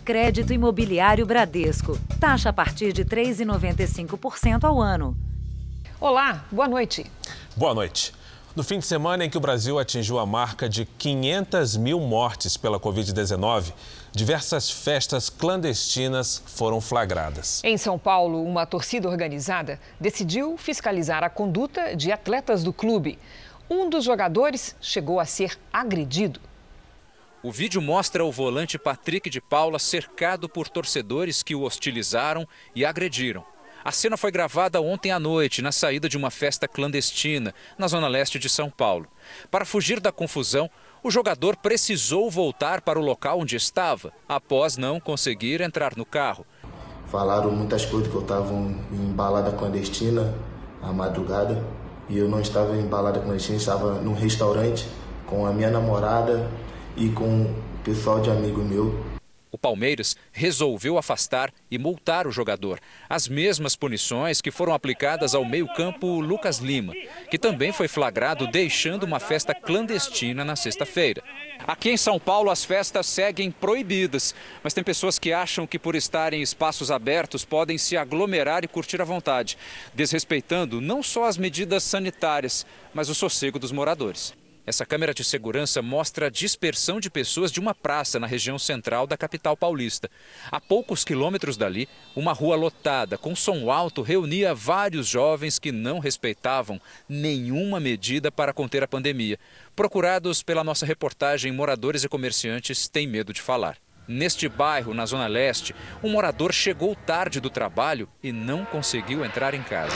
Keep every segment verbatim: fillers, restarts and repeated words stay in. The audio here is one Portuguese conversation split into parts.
Crédito Imobiliário Bradesco. Taxa a partir de três vírgula noventa e cinco por cento ao ano. Olá, boa noite. Boa noite. No fim de semana em que o Brasil atingiu a marca de quinhentas mil mortes pela covid dezenove, diversas festas clandestinas foram flagradas. Em São Paulo, uma torcida organizada decidiu fiscalizar a conduta de atletas do clube. Um dos jogadores chegou a ser agredido. O vídeo mostra o volante Patrick de Paula cercado por torcedores que o hostilizaram e agrediram. A cena foi gravada ontem à noite, na saída de uma festa clandestina, na zona leste de São Paulo. Para fugir da confusão, o jogador precisou voltar para o local onde estava, após não conseguir entrar no carro. Falaram muitas coisas, que eu estava em balada clandestina à madrugada. E eu não estava em balada clandestina, estava num restaurante com a minha namorada e com o pessoal de amigo meu. O Palmeiras resolveu afastar e multar o jogador. As mesmas punições que foram aplicadas ao meio-campo Lucas Lima, que também foi flagrado deixando uma festa clandestina na sexta-feira. Aqui em São Paulo as festas seguem proibidas, mas tem pessoas que acham que por estarem em espaços abertos podem se aglomerar e curtir à vontade, desrespeitando não só as medidas sanitárias, mas o sossego dos moradores. Essa câmera de segurança mostra a dispersão de pessoas de uma praça na região central da capital paulista. A poucos quilômetros dali, uma rua lotada com som alto reunia vários jovens que não respeitavam nenhuma medida para conter a pandemia. Procurados pela nossa reportagem, moradores e comerciantes têm medo de falar. Neste bairro, na Zona Leste, um morador chegou tarde do trabalho e não conseguiu entrar em casa.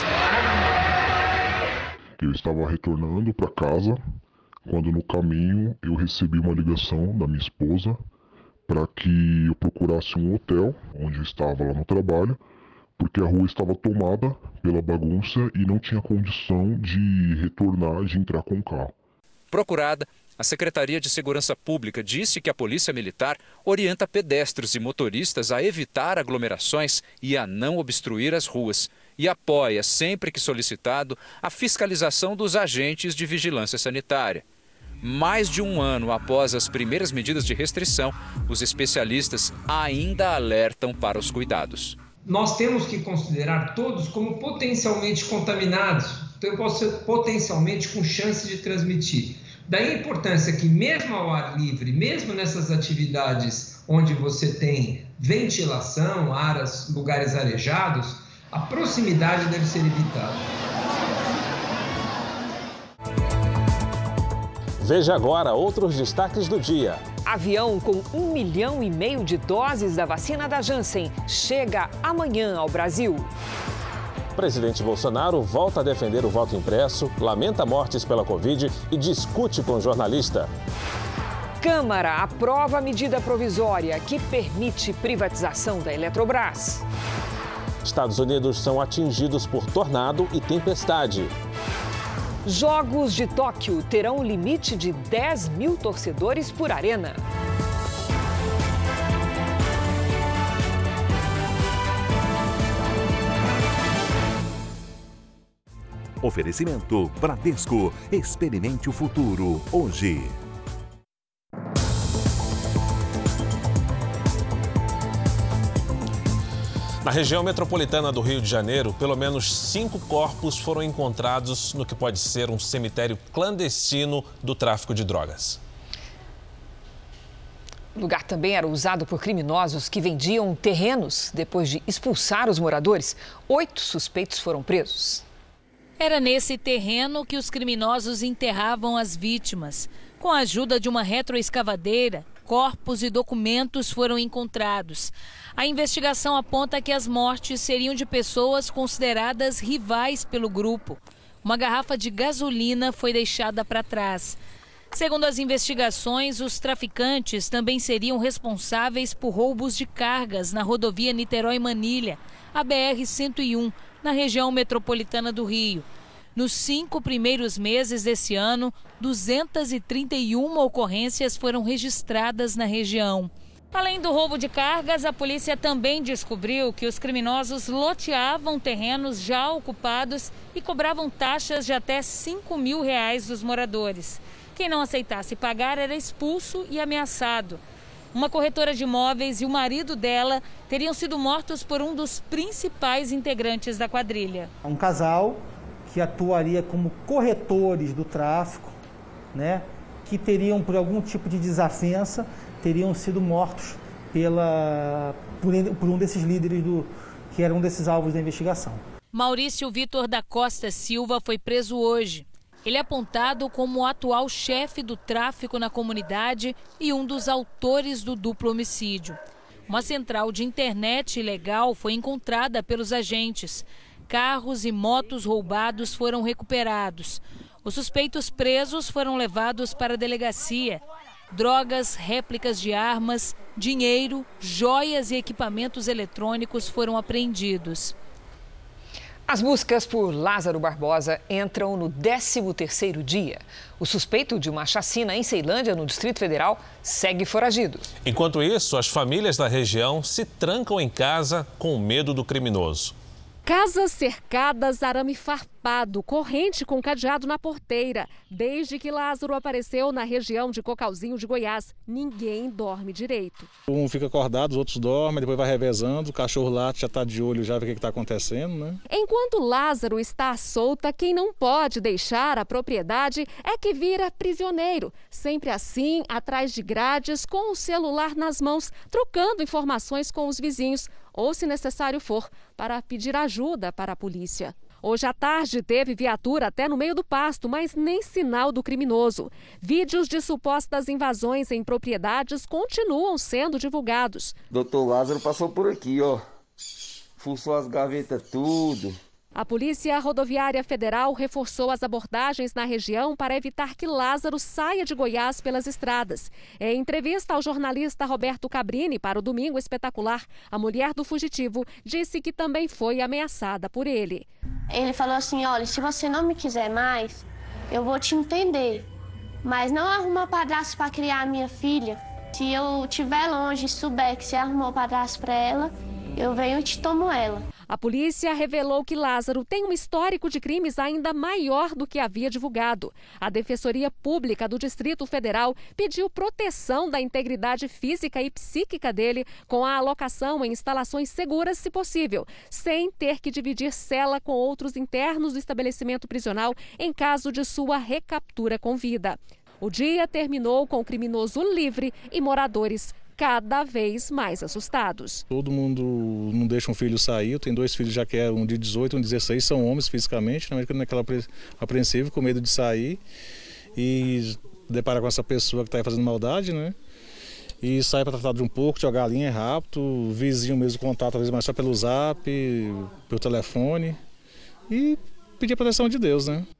Eu estava retornando para casa, quando no caminho eu recebi uma ligação da minha esposa para que eu procurasse um hotel onde eu estava lá no trabalho, porque a rua estava tomada pela bagunça e não tinha condição de retornar, de entrar com o carro. Procurada, a Secretaria de Segurança Pública disse que a Polícia Militar orienta pedestres e motoristas a evitar aglomerações e a não obstruir as ruas e apoia, sempre que solicitado, a fiscalização dos agentes de vigilância sanitária. Mais de um ano após as primeiras medidas de restrição, os especialistas ainda alertam para os cuidados. Nós temos que considerar todos como potencialmente contaminados, potencialmente com chance de transmitir. Daí a importância que mesmo ao ar livre, mesmo nessas atividades onde você tem ventilação, áreas, lugares arejados, a proximidade deve ser evitada. Veja agora outros destaques do dia. Avião com um milhão e meio de doses da vacina da Janssen chega amanhã ao Brasil. Presidente Bolsonaro volta a defender o voto impresso, lamenta mortes pela Covid e discute com jornalista. Câmara aprova a medida provisória que permite privatização da Eletrobras. Estados Unidos são atingidos por tornado e tempestade. Jogos de Tóquio terão um limite de dez mil torcedores por arena. Oferecimento Bradesco. Experimente o futuro hoje. Na região metropolitana do Rio de Janeiro, pelo menos cinco corpos foram encontrados no que pode ser um cemitério clandestino do tráfico de drogas. O lugar também era usado por criminosos que vendiam terrenos. Depois de expulsar os moradores, oito suspeitos foram presos. Era nesse terreno que os criminosos enterravam as vítimas. Com a ajuda de uma retroescavadeira, corpos e documentos foram encontrados. A investigação aponta que as mortes seriam de pessoas consideradas rivais pelo grupo. Uma garrafa de gasolina foi deixada para trás. Segundo as investigações, os traficantes também seriam responsáveis por roubos de cargas na rodovia Niterói-Manilha, a B R cento e um, na região metropolitana do Rio. Nos cinco primeiros meses desse ano, duzentas e trinta e uma ocorrências foram registradas na região. Além do roubo de cargas, a polícia também descobriu que os criminosos loteavam terrenos já ocupados e cobravam taxas de até cinco mil reais dos moradores. Quem não aceitasse pagar era expulso e ameaçado. Uma corretora de imóveis e o marido dela teriam sido mortos por um dos principais integrantes da quadrilha. Um casal que atuaria como corretores do tráfico, né, que teriam, por algum tipo de desavença, teriam sido mortos pela, por, por um desses líderes do, que era um desses alvos da investigação. Maurício Vitor da Costa Silva foi preso hoje. Ele é apontado como o atual chefe do tráfico na comunidade e um dos autores do duplo homicídio. Uma central de internet ilegal foi encontrada pelos agentes. Carros e motos roubados foram recuperados. Os suspeitos presos foram levados para a delegacia. Drogas, réplicas de armas, dinheiro, joias e equipamentos eletrônicos foram apreendidos. As buscas por Lázaro Barbosa entram no décimo terceiro dia. O suspeito de uma chacina em Ceilândia, no Distrito Federal, segue foragido. Enquanto isso, as famílias da região se trancam em casa com medo do criminoso. Casas cercadas, arame farpado, corrente com cadeado na porteira. Desde que Lázaro apareceu na região de Cocalzinho de Goiás, ninguém dorme direito. Um fica acordado, os outros dormem, depois vai revezando, o cachorro lá já está de olho, já vê o que está acontecendo, né? Enquanto Lázaro está à solta, quem não pode deixar a propriedade é que vira prisioneiro. Sempre assim, atrás de grades, com o celular nas mãos, trocando informações com os vizinhos, ou, se necessário for, para pedir ajuda para a polícia. Hoje à tarde teve viatura até no meio do pasto, mas nem sinal do criminoso. Vídeos de supostas invasões em propriedades continuam sendo divulgados. Doutor Lázaro passou por aqui, ó. Fuçou as gavetas tudo. A Polícia Rodoviária Federal reforçou as abordagens na região para evitar que Lázaro saia de Goiás pelas estradas. Em entrevista ao jornalista Roberto Cabrini para o Domingo Espetacular, a mulher do fugitivo disse que também foi ameaçada por ele. Ele falou assim, olha, se você não me quiser mais, eu vou te entender. Mas não arruma padrasto para criar a minha filha. Se eu estiver longe e souber que você arrumou padrasto para ela, eu venho e te tomo ela. A polícia revelou que Lázaro tem um histórico de crimes ainda maior do que havia divulgado. A Defensoria Pública do Distrito Federal pediu proteção da integridade física e psíquica dele com a alocação em instalações seguras, se possível, sem ter que dividir cela com outros internos do estabelecimento prisional em caso de sua recaptura com vida. O dia terminou com o criminoso livre e moradores cada vez mais assustados. Todo mundo não deixa um filho sair, eu tenho dois filhos já que é um de dezoito, um de dezesseis, são homens fisicamente, né? Naquela apreensivo, com medo de sair e deparar com essa pessoa que está fazendo maldade, né? E sai para tratar de um porco, de galinha é rápido, o vizinho mesmo contato, às vezes mais só pelo zap, pelo telefone e pedir a proteção de Deus, né?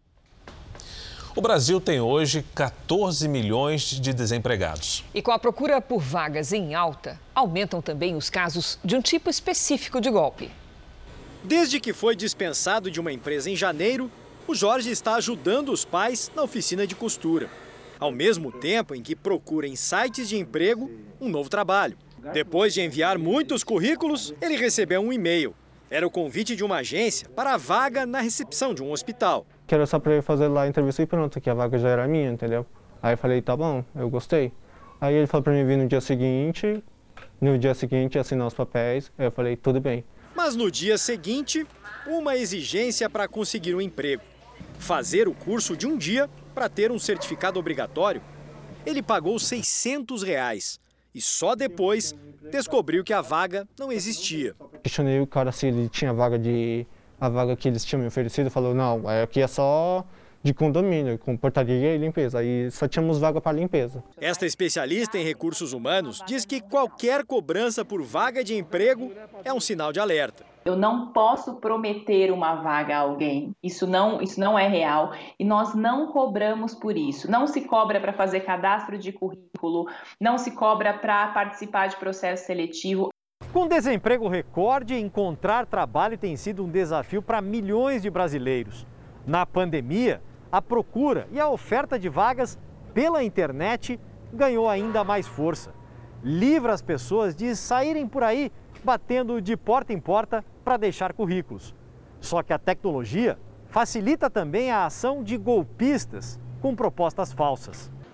O Brasil tem hoje quatorze milhões de desempregados. E com a procura por vagas em alta, aumentam também os casos de um tipo específico de golpe. Desde que foi dispensado de uma empresa em janeiro, o Jorge está ajudando os pais na oficina de costura. Ao mesmo tempo em que procura em sites de emprego um novo trabalho. Depois de enviar muitos currículos, ele recebeu um e-mail. Era o convite de uma agência para a vaga na recepção de um hospital. Que era só para eu fazer lá a entrevista e pronto, que a vaga já era minha, entendeu? Aí eu falei, tá bom, eu gostei. Aí ele falou para mim vir no dia seguinte, no dia seguinte assinar os papéis, aí eu falei, tudo bem. Mas no dia seguinte, uma exigência para conseguir um emprego. Fazer o curso de um dia para ter um certificado obrigatório. Ele pagou seiscentos reais e só depois descobriu que a vaga não existia. Questionei o cara se ele tinha vaga de... a vaga que eles tinham me oferecido, falou, não, aqui é só de condomínio, com portaria e limpeza, aí só tínhamos vaga para limpeza. Esta especialista em recursos humanos diz que qualquer cobrança por vaga de emprego é um sinal de alerta. Eu não posso prometer uma vaga a alguém, isso não, isso não é real e nós não cobramos por isso. Não se cobra para fazer cadastro de currículo, não se cobra para participar de processo seletivo. Com desemprego recorde, encontrar trabalho tem sido um desafio para milhões de brasileiros. Na pandemia, a procura e a oferta de vagas pela internet ganhou ainda mais força. Livra as pessoas de saírem por aí batendo de porta em porta para deixar currículos. Só que a tecnologia facilita também a ação de golpistas com propostas falsas.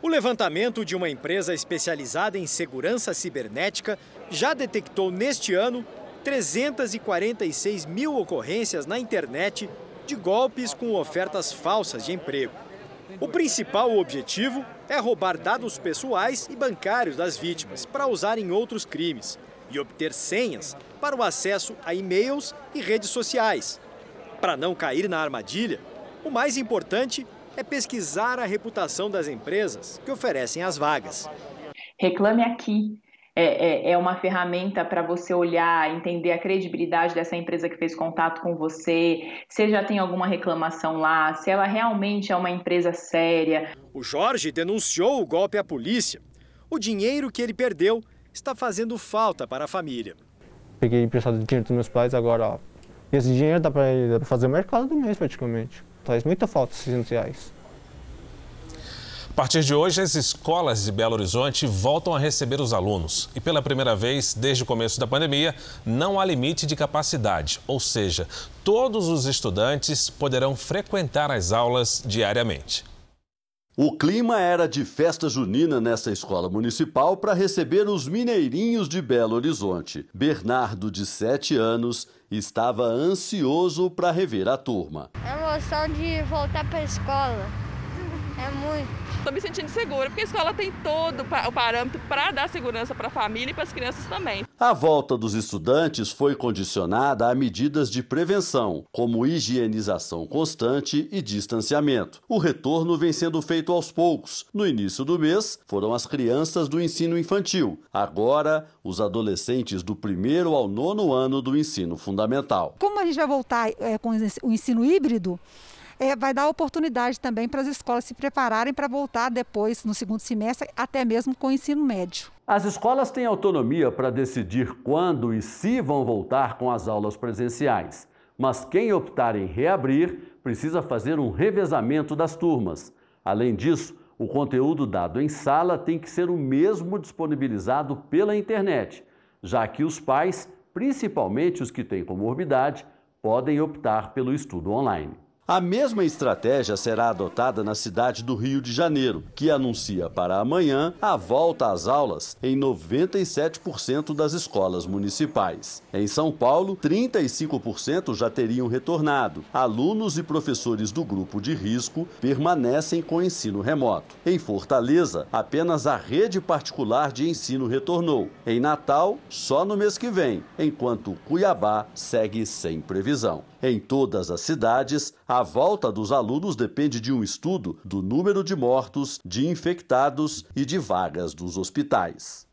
O levantamento de uma empresa especializada em segurança cibernética já detectou neste ano trezentas e quarenta e seis mil ocorrências na internet de golpes com ofertas falsas de emprego. O principal objetivo é roubar dados pessoais e bancários das vítimas para usar em outros crimes e obter senhas para o acesso a e-mails e redes sociais. Para não cair na armadilha, o mais importante é pesquisar a reputação das empresas que oferecem as vagas. Reclame Aqui é, é, é uma ferramenta para você olhar, entender a credibilidade dessa empresa que fez contato com você, se já tem alguma reclamação lá, se ela realmente é uma empresa séria. O Jorge denunciou o golpe à polícia. O dinheiro que ele perdeu está fazendo falta para a família. Peguei emprestado dinheiro dos meus pais, agora ó, esse dinheiro dá para fazer o mercado do mês praticamente. Faz muita falta esses reais. A partir de hoje, as escolas de Belo Horizonte voltam a receber os alunos. E pela primeira vez, desde o começo da pandemia, não há limite de capacidade. Ou seja, todos os estudantes poderão frequentar as aulas diariamente. O clima era de festa junina nessa escola municipal para receber os mineirinhos de Belo Horizonte. Bernardo, de sete anos, estava ansioso para rever a turma. A emoção de voltar para a escola é muito. Estou me sentindo segura, porque a escola tem todo o parâmetro para dar segurança para a família e para as crianças também. A volta dos estudantes foi condicionada a medidas de prevenção, como higienização constante e distanciamento. O retorno vem sendo feito aos poucos. No início do mês, foram as crianças do ensino infantil. Agora, os adolescentes do primeiro ao nono ano do ensino fundamental. Como a gente vai voltar é, com o ensino híbrido, É, vai dar oportunidade também para as escolas se prepararem para voltar depois, no segundo semestre, até mesmo com o ensino médio. As escolas têm autonomia para decidir quando e se vão voltar com as aulas presenciais. Mas quem optar em reabrir precisa fazer um revezamento das turmas. Além disso, o conteúdo dado em sala tem que ser o mesmo disponibilizado pela internet, já que os pais, principalmente os que têm comorbidade, podem optar pelo estudo online. A mesma estratégia será adotada na cidade do Rio de Janeiro, que anuncia para amanhã a volta às aulas em noventa e sete por cento das escolas municipais. Em São Paulo, trinta e cinco por cento já teriam retornado. Alunos e professores do grupo de risco permanecem com ensino remoto. Em Fortaleza, apenas a rede particular de ensino retornou. Em Natal, só no mês que vem, enquanto Cuiabá segue sem previsão. Em todas as cidades, a volta dos alunos depende de um estudo do número de mortos, de infectados e de vagas dos hospitais.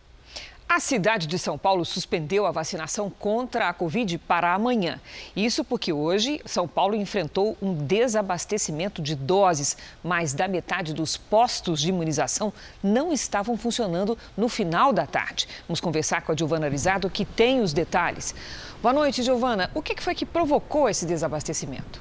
A cidade de São Paulo suspendeu a vacinação contra a Covid para amanhã. Isso porque hoje São Paulo enfrentou um desabastecimento de doses. Mais da metade dos postos de imunização não estavam funcionando no final da tarde. Vamos conversar com a Giovana Arizado, que tem os detalhes. Boa noite, Giovana. O que foi que provocou esse desabastecimento?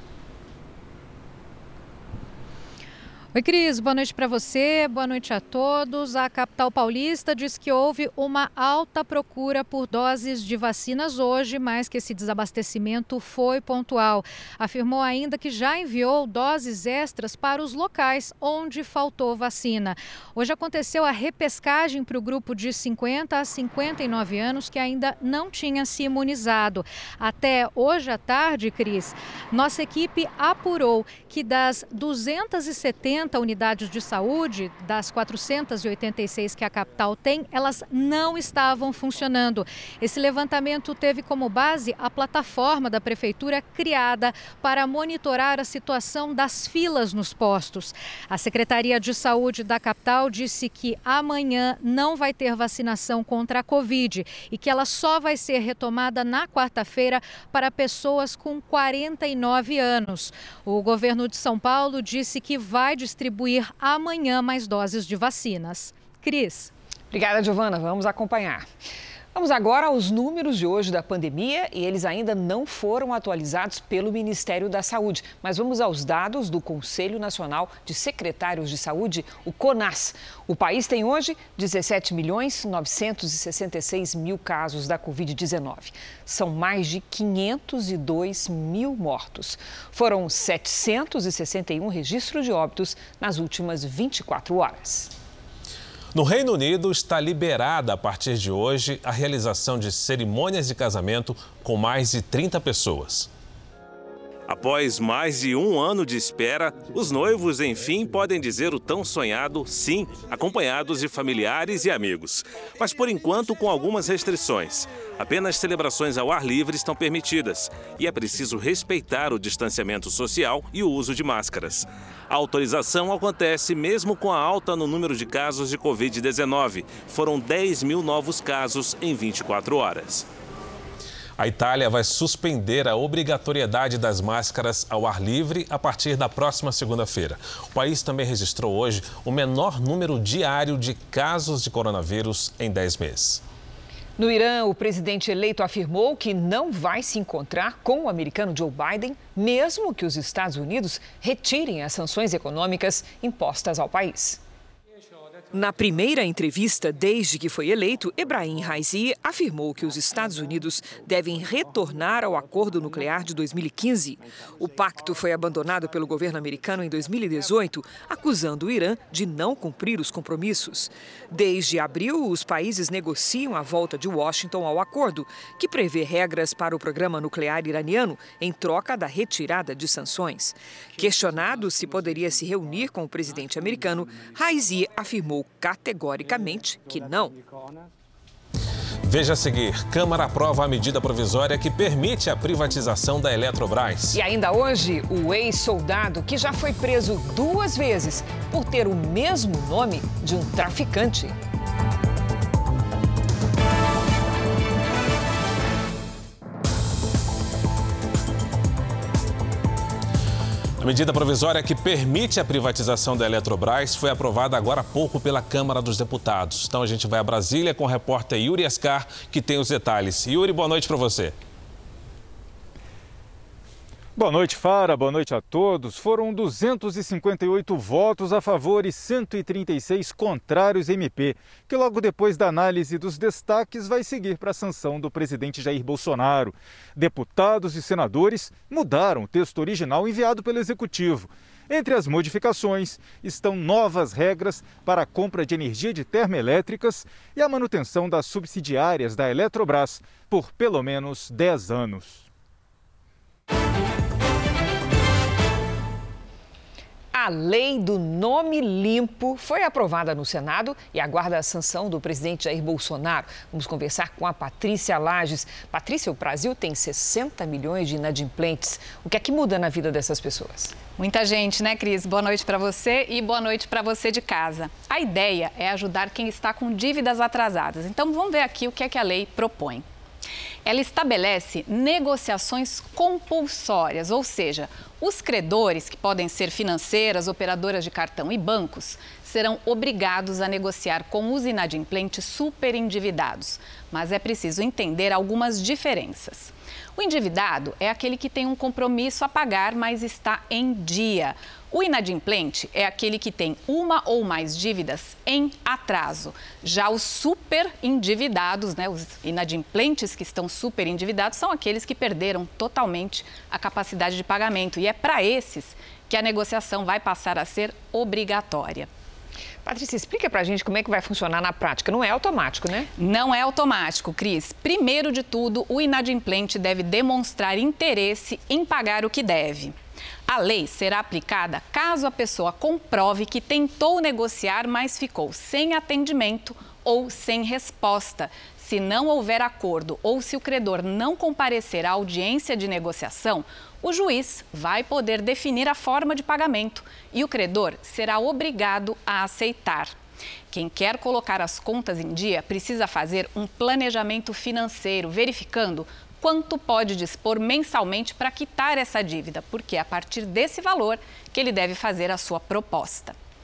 Oi, Cris. Boa noite para você, boa noite a todos. A capital paulista diz que houve uma alta procura por doses de vacinas hoje, mas que esse desabastecimento foi pontual. Afirmou ainda que já enviou doses extras para os locais onde faltou vacina. Hoje aconteceu a repescagem para o grupo de cinquenta a cinquenta e nove anos que ainda não tinha se imunizado. Até hoje à tarde, Cris, nossa equipe apurou que das duzentas e setenta unidades de saúde, das quatrocentas e oitenta e seis que a capital tem, elas não estavam funcionando. Esse levantamento teve como base a plataforma da prefeitura criada para monitorar a situação das filas nos postos. A Secretaria de Saúde da capital disse que amanhã não vai ter vacinação contra a Covid e que ela só vai ser retomada na quarta-feira para pessoas com quarenta e nove anos. O governo de São Paulo disse que vai distribuir amanhã mais doses de vacinas. Cris. Obrigada, Giovana. Vamos acompanhar. Vamos agora aos números de hoje da pandemia e eles ainda não foram atualizados pelo Ministério da Saúde. Mas vamos aos dados do Conselho Nacional de Secretários de Saúde, o CONAS. O país tem hoje dezessete milhões novecentos e sessenta e seis mil casos da covid dezenove. São mais de quinhentos e dois mil mortos. Foram setecentos e sessenta e um registros de óbitos nas últimas vinte e quatro horas. No Reino Unido, está liberada a partir de hoje a realização de cerimônias de casamento com mais de trinta pessoas. Após mais de um ano de espera, os noivos, enfim, podem dizer o tão sonhado sim, acompanhados de familiares e amigos. Mas, por enquanto, com algumas restrições. Apenas celebrações ao ar livre estão permitidas e é preciso respeitar o distanciamento social e o uso de máscaras. A autorização acontece mesmo com a alta no número de casos de covid dezenove. Foram dez mil novos casos em vinte e quatro horas. A Itália vai suspender a obrigatoriedade das máscaras ao ar livre a partir da próxima segunda-feira. O país também registrou hoje o menor número diário de casos de coronavírus em dez meses. No Irã, o presidente eleito afirmou que não vai se encontrar com o americano Joe Biden, mesmo que os Estados Unidos retirem as sanções econômicas impostas ao país. Na primeira entrevista desde que foi eleito, Ebrahim Raisi afirmou que os Estados Unidos devem retornar ao acordo nuclear de dois mil e quinze. O pacto foi abandonado pelo governo americano em dois mil e dezoito, acusando o Irã de não cumprir os compromissos. Desde abril, os países negociam a volta de Washington ao acordo, que prevê regras para o programa nuclear iraniano em troca da retirada de sanções. Questionado se poderia se reunir com o presidente americano, Raisi afirmou categoricamente que não. Veja a seguir, Câmara aprova a medida provisória que permite a privatização da Eletrobras. E ainda hoje, o ex-soldado que já foi preso duas vezes por ter o mesmo nome de um traficante. A medida provisória que permite a privatização da Eletrobras foi aprovada agora há pouco pela Câmara dos Deputados. Então a gente vai a Brasília com o repórter Yuri Ascar, que tem os detalhes. Yuri, boa noite para você. Boa noite, Fara. Boa noite a todos. Foram duzentos e cinquenta e oito votos a favor e cento e trinta e seis contrários M P, que logo depois da análise dos destaques vai seguir para a sanção do presidente Jair Bolsonaro. Deputados e senadores mudaram o texto original enviado pelo Executivo. Entre as modificações estão novas regras para a compra de energia de termoelétricas e a manutenção das subsidiárias da Eletrobras por pelo menos dez anos. A lei do nome limpo foi aprovada no Senado e aguarda a sanção do presidente Jair Bolsonaro. Vamos conversar com a Patrícia Lages. Patrícia, o Brasil tem sessenta milhões de inadimplentes. O que é que muda na vida dessas pessoas? Muita gente, né, Cris? Boa noite para você e boa noite para você de casa. A ideia é ajudar quem está com dívidas atrasadas. Então, vamos ver aqui o que é que a lei propõe. Ela estabelece negociações compulsórias, ou seja, os credores, que podem ser financeiras, operadoras de cartão e bancos, serão obrigados a negociar com os inadimplentes superendividados. Mas é preciso entender algumas diferenças. O endividado é aquele que tem um compromisso a pagar, mas está em dia. O inadimplente é aquele que tem uma ou mais dívidas em atraso. Já os superendividados, né, os inadimplentes que estão superendividados, são aqueles que perderam totalmente a capacidade de pagamento. E é para esses que a negociação vai passar a ser obrigatória. Patrícia, explica pra gente como é que vai funcionar na prática. Não é automático, né? Não é automático, Cris. Primeiro de tudo, o inadimplente deve demonstrar interesse em pagar o que deve. A lei será aplicada caso a pessoa comprove que tentou negociar, mas ficou sem atendimento ou sem resposta. Se não houver acordo ou se o credor não comparecer à audiência de negociação, o juiz vai poder definir a forma de pagamento e o credor será obrigado a aceitar. Quem quer colocar as contas em dia precisa fazer um planejamento financeiro, verificando quanto pode dispor mensalmente para quitar essa dívida, porque é a partir desse valor que ele deve fazer a sua proposta.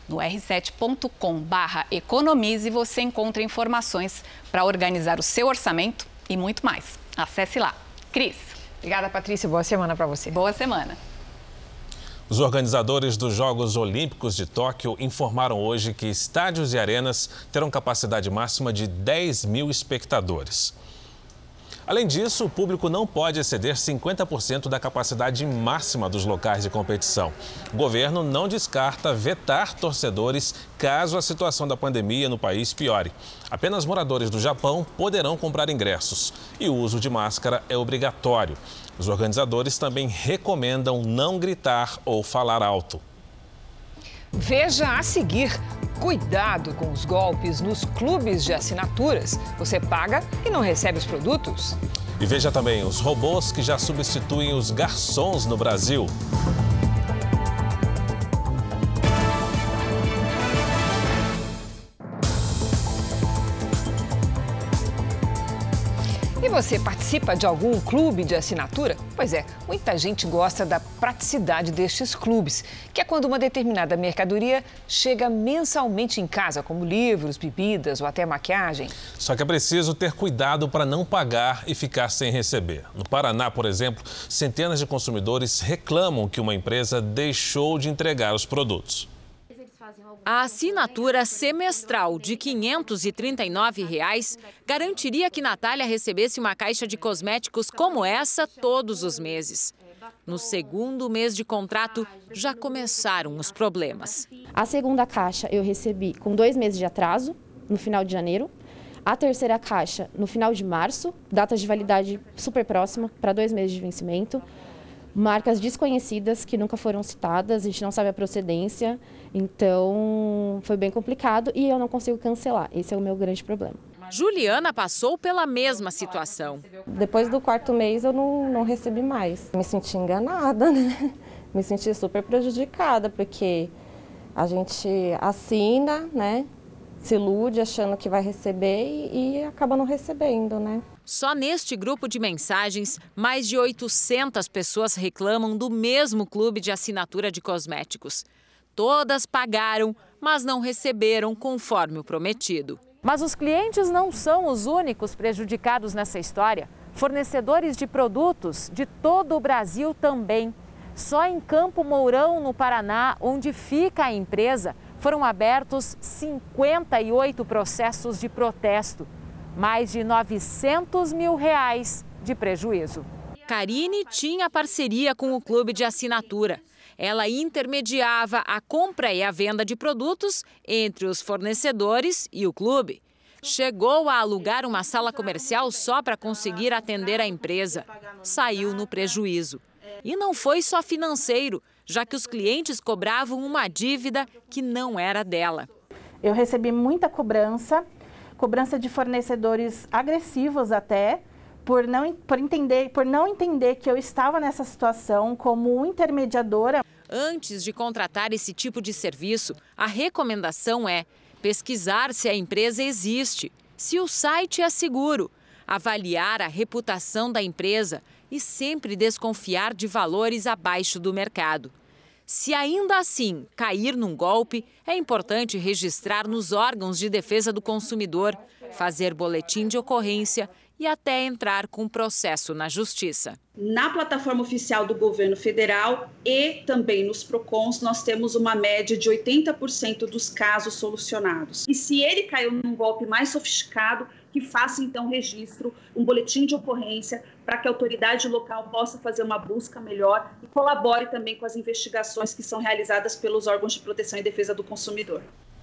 No erre sete ponto com barra economize você encontra informações para organizar o seu orçamento e muito mais. Acesse lá. Cris. Obrigada, Patrícia. Boa semana para você. Boa semana. Os organizadores dos Jogos Olímpicos de Tóquio informaram hoje que estádios e arenas terão capacidade máxima de dez mil espectadores. Além disso, o público não pode exceder cinquenta por cento da capacidade máxima dos locais de competição. O governo não descarta vetar torcedores caso a situação da pandemia no país piore. Apenas moradores do Japão poderão comprar ingressos e o uso de máscara é obrigatório. Os organizadores também recomendam não gritar ou falar alto. Veja a seguir. Cuidado com os golpes nos clubes de assinaturas. Você paga e não recebe os produtos. E veja também os robôs que já substituem os garçons no Brasil. E você participa de algum clube de assinatura? Pois é, muita gente gosta da praticidade destes clubes, que é quando uma determinada mercadoria chega mensalmente em casa, como livros, bebidas ou até maquiagem. Só que é preciso ter cuidado para não pagar e ficar sem receber. No Paraná, por exemplo, centenas de consumidores reclamam que uma empresa deixou de entregar os produtos. A assinatura semestral de quinhentos e trinta e nove reais garantiria que Natália recebesse uma caixa de cosméticos como essa todos os meses. No segundo mês de contrato, já começaram os problemas. A segunda caixa eu recebi com dois meses de atraso, no final de janeiro. A terceira caixa no final de março, data de validade super próxima, para dois meses de vencimento. Marcas desconhecidas que nunca foram citadas, a gente não sabe a procedência, então foi bem complicado e eu não consigo cancelar. Esse é o meu grande problema. Juliana passou pela mesma situação. Depois do quarto mês eu não, não recebi mais. Me senti enganada, né? Me senti super prejudicada, porque a gente assina, né? Se ilude achando que vai receber e, e acaba não recebendo, né? Só neste grupo de mensagens, mais de oitocentas pessoas reclamam do mesmo clube de assinatura de cosméticos. Todas pagaram, mas não receberam conforme o prometido. Mas os clientes não são os únicos prejudicados nessa história. Fornecedores de produtos de todo o Brasil também. Só em Campo Mourão, no Paraná, onde fica a empresa, foram abertos cinquenta e oito processos de protesto. Mais de novecentos mil reais de prejuízo. Karine tinha parceria com o clube de assinatura. Ela intermediava a compra e a venda de produtos entre os fornecedores e o clube. Chegou a alugar uma sala comercial só para conseguir atender a empresa. Saiu no prejuízo. E não foi só financeiro, já que os clientes cobravam uma dívida que não era dela. Eu recebi muita cobrança. Cobrança de fornecedores agressivos até, por não, por, entender, por não entender que eu estava nessa situação como intermediadora. Antes de contratar esse tipo de serviço, a recomendação é pesquisar se a empresa existe, se o site é seguro, avaliar a reputação da empresa e sempre desconfiar de valores abaixo do mercado. Se ainda assim cair num golpe, é importante registrar nos órgãos de defesa do consumidor, fazer boletim de ocorrência e até entrar com processo na justiça. Na plataforma oficial do governo federal e também nos PROCONs, nós temos uma média de oitenta por cento dos casos solucionados. E se ele caiu num golpe mais sofisticado, que faça então registro, um boletim de ocorrência, para que a autoridade local possa fazer uma busca melhor e colabore também com as investigações que são realizadas pelos órgãos de proteção e defesa do consumidor.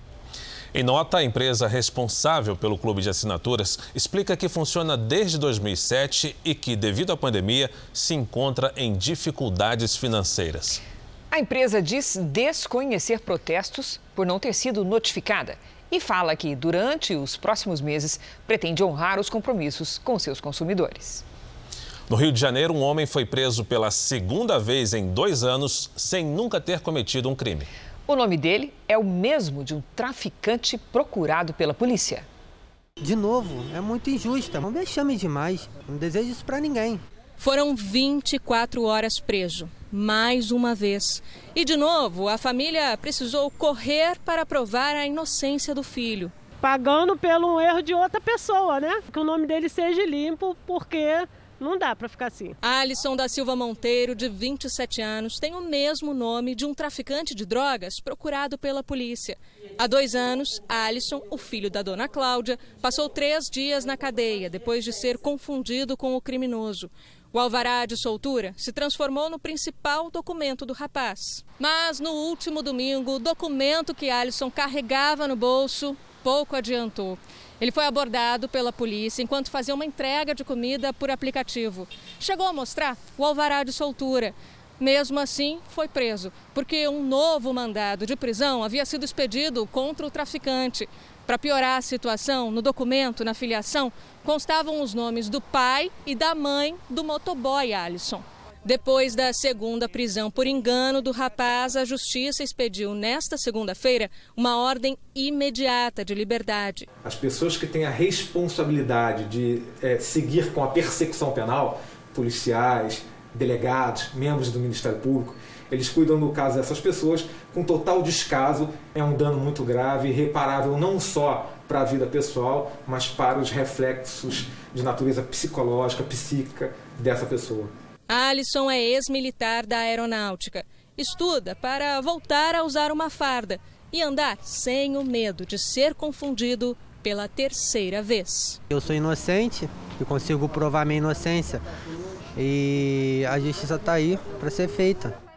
Em nota, a empresa responsável pelo clube de assinaturas explica que funciona desde dois mil e sete e que, devido à pandemia, se encontra em dificuldades financeiras. A empresa diz desconhecer protestos por não ter sido notificada e fala que, durante os próximos meses, pretende honrar os compromissos com seus consumidores. No Rio de Janeiro, um homem foi preso pela segunda vez em dois anos sem nunca ter cometido um crime. O nome dele é o mesmo de um traficante procurado pela polícia. De novo, é muito injusta, não vexame demais, não desejo isso para ninguém. Foram vinte e quatro horas preso. mais uma vez. E, de novo, a família precisou correr para provar a inocência do filho. Pagando pelo erro de outra pessoa, né? Que o nome dele seja limpo, porque não dá para ficar assim. Alisson da Silva Monteiro, de vinte e sete anos, tem o mesmo nome de um traficante de drogas procurado pela polícia. Há dois anos, Alisson, o filho da dona Cláudia, passou três dias na cadeia depois de ser confundido com o criminoso. O alvará de soltura se transformou no principal documento do rapaz. Mas no último domingo, o documento que Alisson carregava no bolso pouco adiantou. Ele foi abordado pela polícia enquanto fazia uma entrega de comida por aplicativo. Chegou a mostrar o alvará de soltura. Mesmo assim, foi preso, porque um novo mandado de prisão havia sido expedido contra o traficante. Para piorar a situação, no documento, na filiação, constavam os nomes do pai e da mãe do motoboy Alisson. Depois da segunda prisão por engano do rapaz, a justiça expediu nesta segunda-feira uma ordem imediata de liberdade. As pessoas que têm a responsabilidade de é, seguir com a persecução penal, policiais, delegados, membros do Ministério Público, eles cuidam do caso dessas pessoas com total descaso. É um dano muito grave, irreparável não só para a vida pessoal, mas para os reflexos de natureza psicológica, psíquica dessa pessoa. Alisson é ex-militar da aeronáutica. Estuda para voltar a usar uma farda e andar sem o medo de ser confundido pela terceira vez. Eu sou inocente e consigo provar minha inocência. E a justiça está aí para ser feita.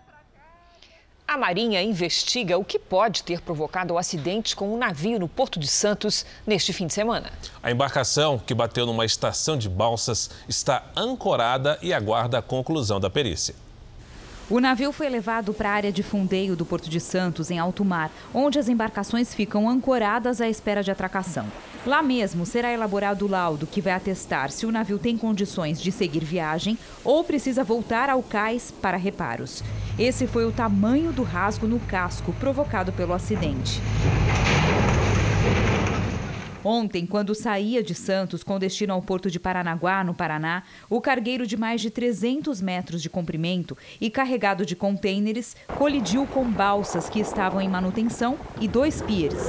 A Marinha investiga o que pode ter provocado o acidente com um navio no Porto de Santos neste fim de semana. A embarcação, que bateu numa estação de balsas, está ancorada e aguarda a conclusão da perícia. O navio foi levado para a área de fundeio do Porto de Santos, em alto mar, onde as embarcações ficam ancoradas à espera de atracação. Lá mesmo será elaborado o laudo que vai atestar se o navio tem condições de seguir viagem ou precisa voltar ao cais para reparos. Esse foi o tamanho do rasgo no casco provocado pelo acidente. Ontem, quando saía de Santos com destino ao porto de Paranaguá, no Paraná, o cargueiro de mais de trezentos metros de comprimento e carregado de contêineres colidiu com balsas que estavam em manutenção e dois piers.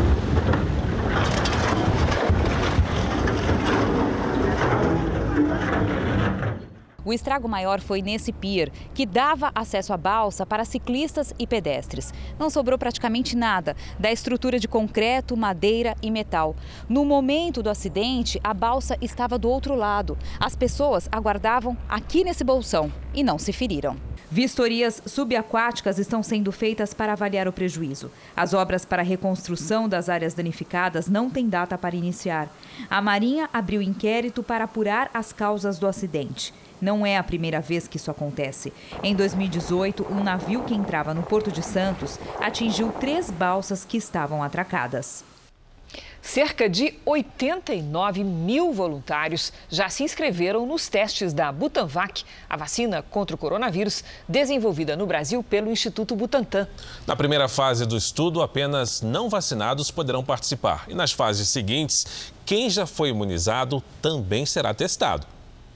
O estrago maior foi nesse pier, que dava acesso à balsa para ciclistas e pedestres. Não sobrou praticamente nada da estrutura de concreto, madeira e metal. No momento do acidente, a balsa estava do outro lado. As pessoas aguardavam aqui nesse bolsão e não se feriram. Vistorias subaquáticas estão sendo feitas para avaliar o prejuízo. As obras para a reconstrução das áreas danificadas não têm data para iniciar. A Marinha abriu inquérito para apurar as causas do acidente. Não é a primeira vez que isso acontece. Em dois mil e dezoito, um navio que entrava no Porto de Santos atingiu três balsas que estavam atracadas. Cerca de oitenta e nove mil voluntários já se inscreveram nos testes da Butanvac, a vacina contra o coronavírus, desenvolvida no Brasil pelo Instituto Butantan. Na primeira fase do estudo, apenas não vacinados poderão participar. E nas fases seguintes, quem já foi imunizado também será testado.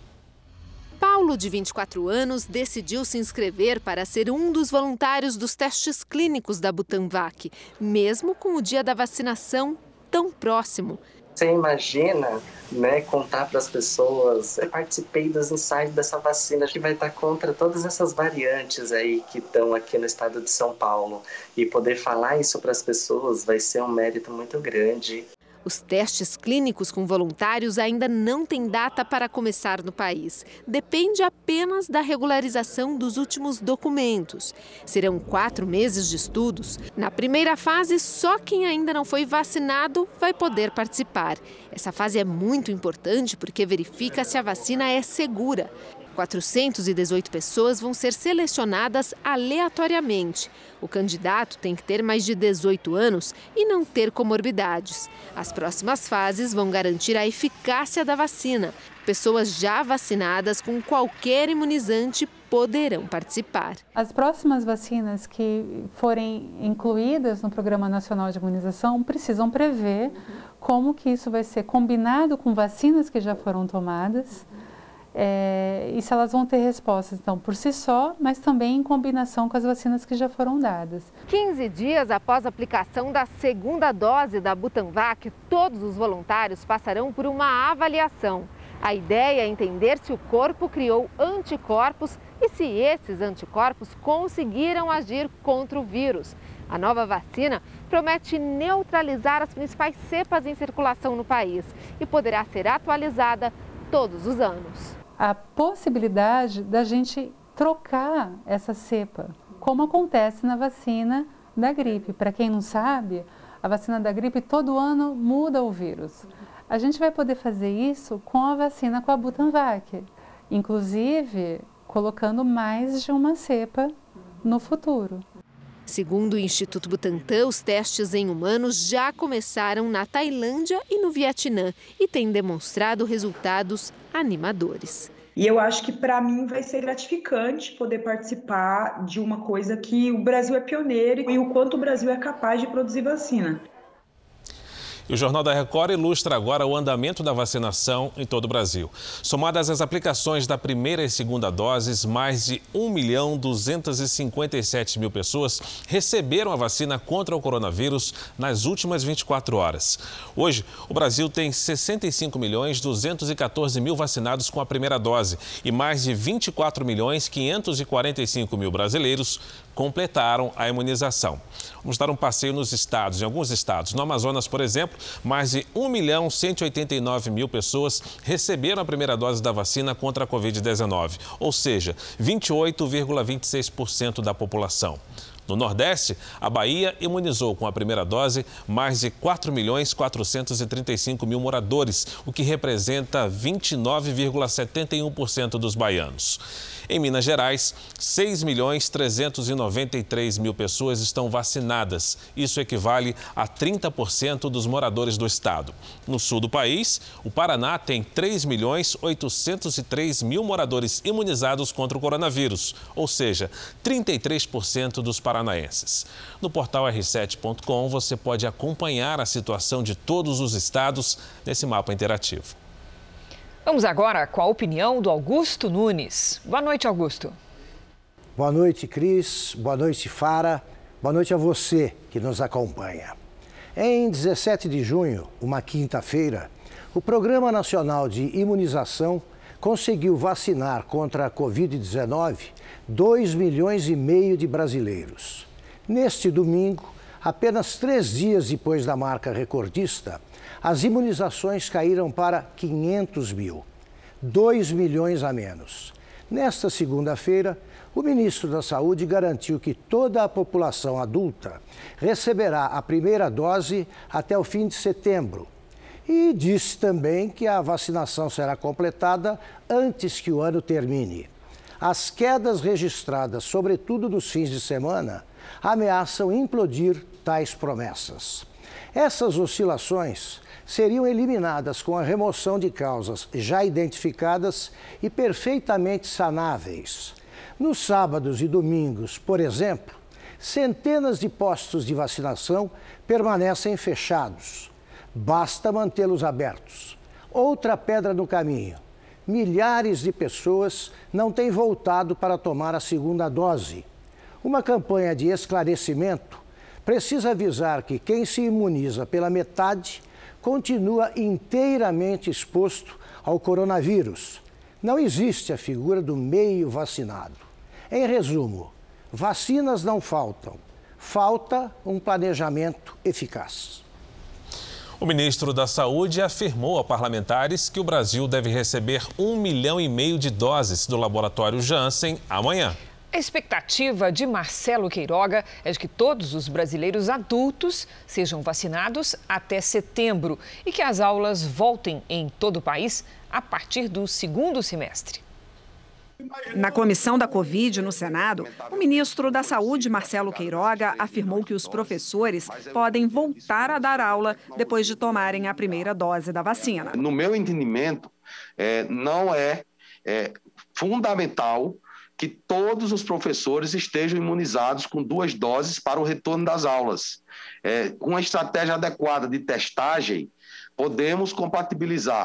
Paulo, de vinte e quatro anos, decidiu se inscrever para ser um dos voluntários dos testes clínicos da Butanvac, mesmo com o dia da vacinação tão próximo. Você imagina, né, contar para as pessoas, eu participei dos ensaios dessa vacina que vai estar contra todas essas variantes aí que estão aqui no estado de São Paulo. E poder falar isso para as pessoas vai ser um mérito muito grande. Os testes clínicos com voluntários ainda não têm data para começar no país. Depende apenas da regularização dos últimos documentos. Serão quatro meses de estudos. Na primeira fase, só quem ainda não foi vacinado vai poder participar. Essa fase é muito importante porque verifica se a vacina é segura. quatrocentas e dezoito pessoas vão ser selecionadas aleatoriamente. O candidato tem que ter mais de dezoito anos e não ter comorbidades. As próximas fases vão garantir a eficácia da vacina. Pessoas já vacinadas com qualquer imunizante poderão participar. As próximas vacinas que forem incluídas no Programa Nacional de Imunização precisam prever como que isso vai ser combinado com vacinas que já foram tomadas, É, e se elas vão ter respostas, então, por si só, mas também em combinação com as vacinas que já foram dadas. quinze dias após a aplicação da segunda dose da Butanvac, todos os voluntários passarão por uma avaliação. A ideia é entender se o corpo criou anticorpos e se esses anticorpos conseguiram agir contra o vírus. A nova vacina promete neutralizar as principais cepas em circulação no país e poderá ser atualizada todos os anos. A possibilidade da gente trocar essa cepa, como acontece na vacina da gripe. Para quem não sabe, a vacina da gripe todo ano muda o vírus. A gente vai poder fazer isso com a vacina com a Butanvac, inclusive colocando mais de uma cepa no futuro. Segundo o Instituto Butantan, os testes em humanos já começaram na Tailândia e no Vietnã e têm demonstrado resultados animadores. E eu acho que para mim vai ser gratificante poder participar de uma coisa que o Brasil é pioneiro e o quanto o Brasil é capaz de produzir vacina. E o Jornal da Record ilustra agora o andamento da vacinação em todo o Brasil. Somadas as aplicações da primeira e segunda doses, mais de um milhão duzentos e cinquenta e sete mil pessoas receberam a vacina contra o coronavírus nas últimas vinte e quatro horas. Hoje, o Brasil tem sessenta e cinco milhões duzentos e quatorze mil vacinados com a primeira dose e mais de vinte e quatro milhões quinhentos e quarenta e cinco mil brasileiros completaram a imunização. Vamos dar um passeio nos estados, em alguns estados. No Amazonas, por exemplo, mais de um milhão cento e oitenta e nove mil pessoas receberam a primeira dose da vacina contra a covid dezenove, ou seja, vinte e oito vírgula vinte e seis por cento da população. No Nordeste, a Bahia imunizou com a primeira dose mais de quatro milhões quatrocentos e trinta e cinco mil moradores, o que representa vinte e nove vírgula setenta e um por cento dos baianos. Em Minas Gerais, seis milhões trezentos e noventa e três mil pessoas estão vacinadas. Isso equivale a trinta por cento dos moradores do estado. No sul do país, o Paraná tem três milhões oitocentos e três mil moradores imunizados contra o coronavírus, ou seja, trinta e três por cento dos paranaenses. No portal R sete ponto com você pode acompanhar a situação de todos os estados nesse mapa interativo. Vamos agora com a opinião do Augusto Nunes. Boa noite, Augusto. Boa noite, Cris. Boa noite, Fara. Boa noite a você que nos acompanha. Em dezessete de junho, uma quinta-feira, o Programa Nacional de Imunização conseguiu vacinar contra a covid dezenove dois milhões e meio de brasileiros. Neste domingo, apenas três dias depois da marca recordista, as imunizações caíram para quinhentos mil, dois milhões a menos. Nesta segunda-feira, o ministro da Saúde garantiu que toda a população adulta receberá a primeira dose até o fim de setembro. E disse também que a vacinação será completada antes que o ano termine. As quedas registradas, sobretudo nos fins de semana, ameaçam implodir tais promessas. Essas oscilações seriam eliminadas com a remoção de causas já identificadas e perfeitamente sanáveis. Nos sábados e domingos, por exemplo, centenas de postos de vacinação permanecem fechados. Basta mantê-los abertos. Outra pedra no caminho. Milhares de pessoas não têm voltado para tomar a segunda dose. Uma campanha de esclarecimento precisa avisar que quem se imuniza pela metade continua inteiramente exposto ao coronavírus. Não existe a figura do meio vacinado. Em resumo, vacinas não faltam. Falta um planejamento eficaz. O ministro da Saúde afirmou a parlamentares que o Brasil deve receber um milhão e meio de doses do laboratório Janssen amanhã. A expectativa de Marcelo Queiroga é de que todos os brasileiros adultos sejam vacinados até setembro e que as aulas voltem em todo o país a partir do segundo semestre. Na comissão da Covid no Senado, o ministro da Saúde, Marcelo Queiroga, afirmou que os professores podem voltar a dar aula depois de tomarem a primeira dose da vacina. No meu entendimento, é, não é, é fundamental que todos os professores estejam imunizados com duas doses para o retorno das aulas. É, com a estratégia adequada de testagem, podemos compatibilizar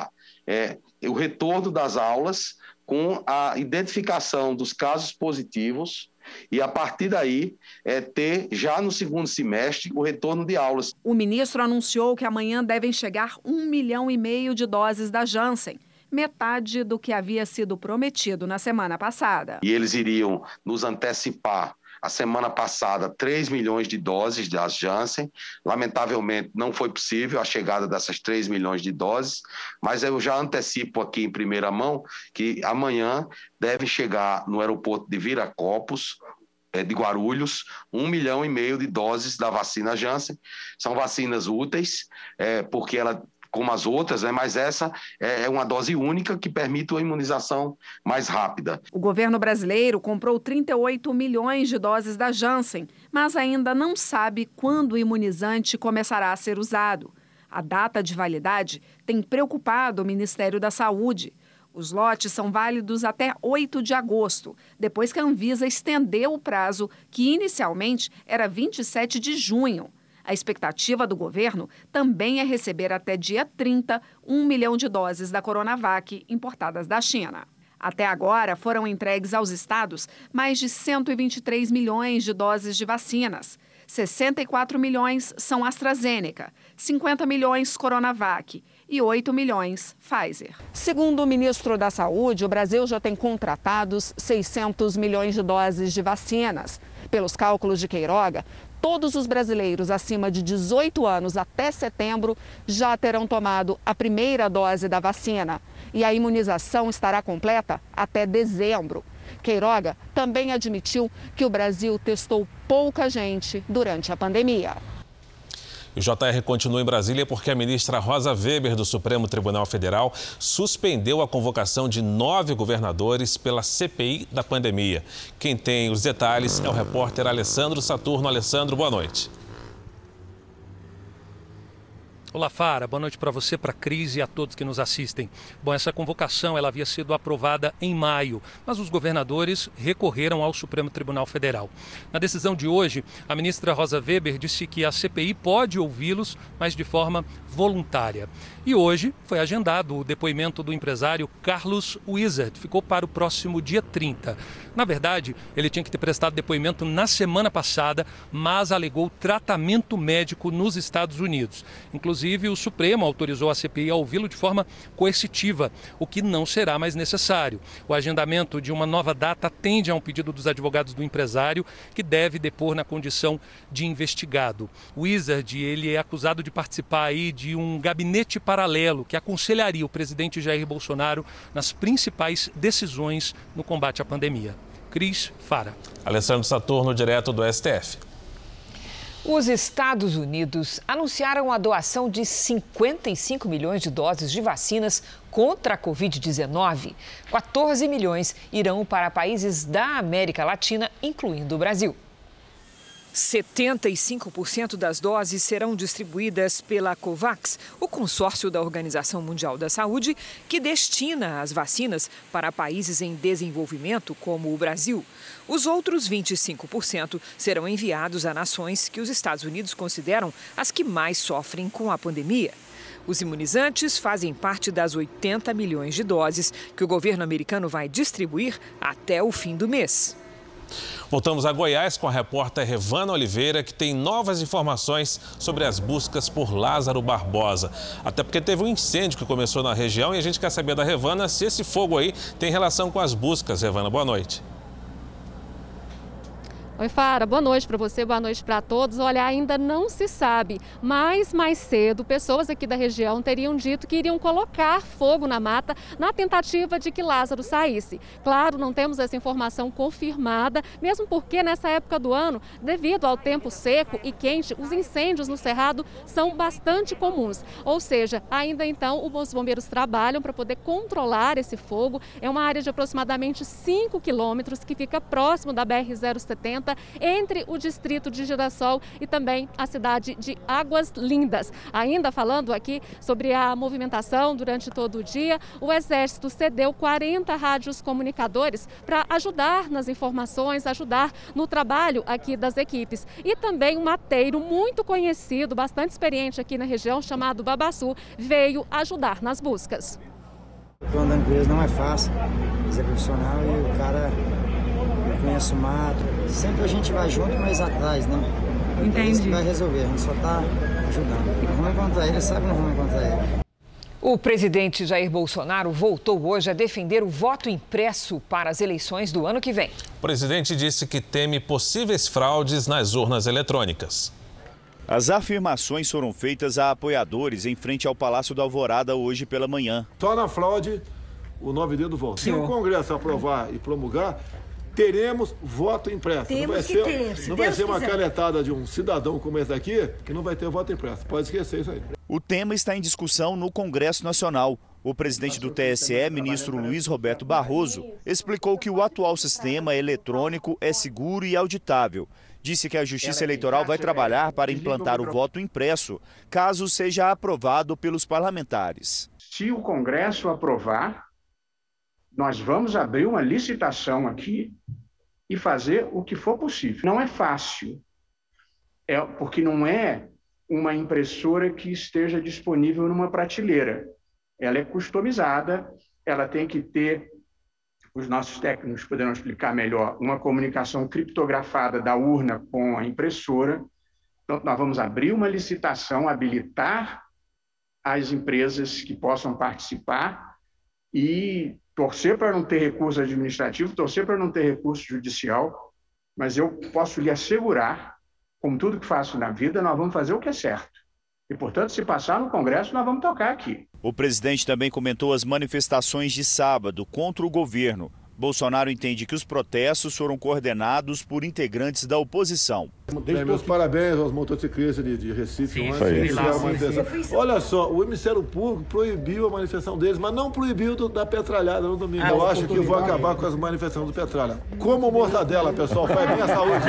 é, o retorno das aulas com a identificação dos casos positivos e, a partir daí, é, ter já no segundo semestre o retorno de aulas. O ministro anunciou que amanhã devem chegar um milhão e meio de doses da Janssen, metade do que havia sido prometido na semana passada. E eles iriam nos antecipar, a semana passada, três milhões de doses da Janssen. Lamentavelmente, não foi possível a chegada dessas três milhões de doses, mas eu já antecipo aqui em primeira mão que amanhã deve chegar no aeroporto de Viracopos, de Guarulhos, um milhão e meio de doses da vacina Janssen. São vacinas úteis, é, porque ela... como as outras, né? Mas essa é uma dose única que permite a imunização mais rápida. O governo brasileiro comprou trinta e oito milhões de doses da Janssen, mas ainda não sabe quando o imunizante começará a ser usado. A data de validade tem preocupado o Ministério da Saúde. Os lotes são válidos até oito de agosto, depois que a Anvisa estendeu o prazo, que inicialmente era vinte e sete de junho. A expectativa do governo também é receber até dia trinta um milhão de doses da Coronavac importadas da China. Até agora, foram entregues aos estados mais de cento e vinte e três milhões de doses de vacinas. sessenta e quatro milhões são AstraZeneca, cinquenta milhões Coronavac e oito milhões Pfizer. Segundo o ministro da Saúde, o Brasil já tem contratados seiscentos milhões de doses de vacinas. Pelos cálculos de Queiroga, todos os brasileiros acima de dezoito anos até setembro já terão tomado a primeira dose da vacina. E a imunização estará completa até dezembro. Queiroga também admitiu que o Brasil testou pouca gente durante a pandemia. O J R continua em Brasília porque a ministra Rosa Weber, do Supremo Tribunal Federal, suspendeu a convocação de nove governadores pela C P I da pandemia. Quem tem os detalhes é o repórter Alessandro Saturno. Alessandro, boa noite. Olá, Fara. Boa noite para você, para a Cris e a todos que nos assistem. Bom, essa convocação ela havia sido aprovada em maio, mas os governadores recorreram ao Supremo Tribunal Federal. Na decisão de hoje, a ministra Rosa Weber disse que a C P I pode ouvi-los, mas de forma voluntária. E hoje foi agendado o depoimento do empresário Carlos Wizard. Ficou para o próximo dia trinta. Na verdade, ele tinha que ter prestado depoimento na semana passada, mas alegou tratamento médico nos Estados Unidos. Inclusive, o Supremo autorizou a C P I a ouvi-lo de forma coercitiva, o que não será mais necessário. O agendamento de uma nova data atende a um pedido dos advogados do empresário, que deve depor na condição de investigado. O Wizard, ele é acusado de participar aí de um gabinete paralelo que aconselharia o presidente Jair Bolsonaro nas principais decisões no combate à pandemia. Cris, Fara. Alessandro Saturno, direto do S T F. Os Estados Unidos anunciaram a doação de cinquenta e cinco milhões de doses de vacinas contra a covid dezenove. quatorze milhões irão para países da América Latina, incluindo o Brasil. setenta e cinco por cento das doses serão distribuídas pela COVAX, o consórcio da Organização Mundial da Saúde, que destina as vacinas para países em desenvolvimento, como o Brasil. Os outros vinte e cinco por cento serão enviados a nações que os Estados Unidos consideram as que mais sofrem com a pandemia. Os imunizantes fazem parte das oitenta milhões de doses que o governo americano vai distribuir até o fim do mês. Voltamos a Goiás com a repórter Revana Oliveira, que tem novas informações sobre as buscas por Lázaro Barbosa. Até porque teve um incêndio que começou na região e a gente quer saber da Revana se esse fogo aí tem relação com as buscas. Revana, boa noite. Oi, Fara, boa noite para você, boa noite para todos. Olha, ainda não se sabe, mas mais cedo, pessoas aqui da região teriam dito que iriam colocar fogo na mata na tentativa de que Lázaro saísse. Claro, não temos essa informação confirmada, mesmo porque nessa época do ano, devido ao tempo seco e quente, os incêndios no Cerrado são bastante comuns. Ou seja, ainda então os bombeiros trabalham para poder controlar esse fogo. É uma área de aproximadamente cinco quilômetros que fica próximo da B R zero setenta, entre o distrito de Girassol e também a cidade de Águas Lindas. Ainda falando aqui sobre a movimentação durante todo o dia, o Exército cedeu quarenta rádios comunicadores para ajudar nas informações, ajudar no trabalho aqui das equipes. E também um mateiro muito conhecido, bastante experiente aqui na região, chamado Babaçu, veio ajudar nas buscas. Estou andando com eles, não é fácil, mas é profissional e o cara, eu conheço o mato. Sempre a gente vai junto, mas atrás, né? Entendi. Isso que vai resolver, a gente só está ajudando. Nós vamos encontrar ele, sabe que nós vamos encontrar ele. O presidente Jair Bolsonaro voltou hoje a defender o voto impresso para as eleições do ano que vem. O presidente disse que teme possíveis fraudes nas urnas eletrônicas. As afirmações foram feitas a apoiadores em frente ao Palácio da Alvorada hoje pela manhã. Só na fraude, o nove D do voto. Se o Congresso aprovar e promulgar, teremos voto impresso. Temos não vai que ser, ter, se não vai Deus ser uma quiser. canetada de um cidadão como esse daqui que não vai ter voto impresso. Pode esquecer isso aí. O tema está em discussão no Congresso Nacional. O presidente do T S E, ministro Luiz Roberto Barroso, explicou que o atual sistema eletrônico é seguro e auditável. Disse que a Justiça Eleitoral vai trabalhar para implantar o voto impresso, caso seja aprovado pelos parlamentares. Se o Congresso aprovar, nós vamos abrir uma licitação aqui e fazer o que for possível. Não é fácil, é porque não é uma impressora que esteja disponível numa prateleira. Ela é customizada, ela tem que ter, os nossos técnicos poderão explicar melhor, uma comunicação criptografada da urna com a impressora. Então, nós vamos abrir uma licitação, habilitar as empresas que possam participar e torcer para não ter recurso administrativo, torcer para não ter recurso judicial, mas eu posso lhe assegurar, como tudo que faço na vida, nós vamos fazer o que é certo. E, portanto, se passar no Congresso, nós vamos tocar aqui. O presidente também comentou as manifestações de sábado contra o governo. Bolsonaro entende que os protestos foram coordenados por integrantes da oposição. Bem, meus parabéns aos motociclistas de, de Recife. Sim, ontem, foi que isso. fizeram a Sim, manifestação. sim. Olha só, o Ministério Público proibiu a manifestação deles, mas não proibiu do, da petralhada no domingo. Ah, Eu acho que vou oportunidade. acabar com as manifestações do Petralha. Como mortadela, pessoal, faz bem a saúde.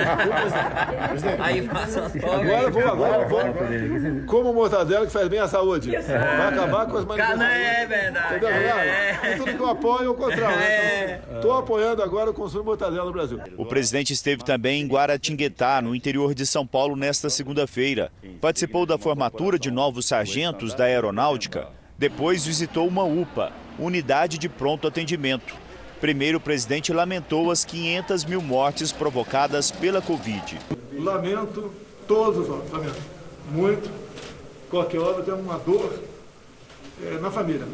Aí passa as Agora vou, agora vou. Como mortadela que faz bem a saúde. Vai acabar com as manifestações. É verdade. Entendeu? É. E tudo que eu apoio é o contrário. É. Estou apoiando agora o consumo de mortadela no Brasil. O presidente esteve também em Guaratinguetá, no interior de São Paulo, nesta segunda-feira. Participou da formatura de novos sargentos da Aeronáutica. Depois visitou uma U P A, Unidade de Pronto Atendimento. Primeiro, o presidente lamentou as quinhentas mil mortes provocadas pela Covid. Lamento todos os homens, lamento muito. Qualquer hora tem uma dor é, na família.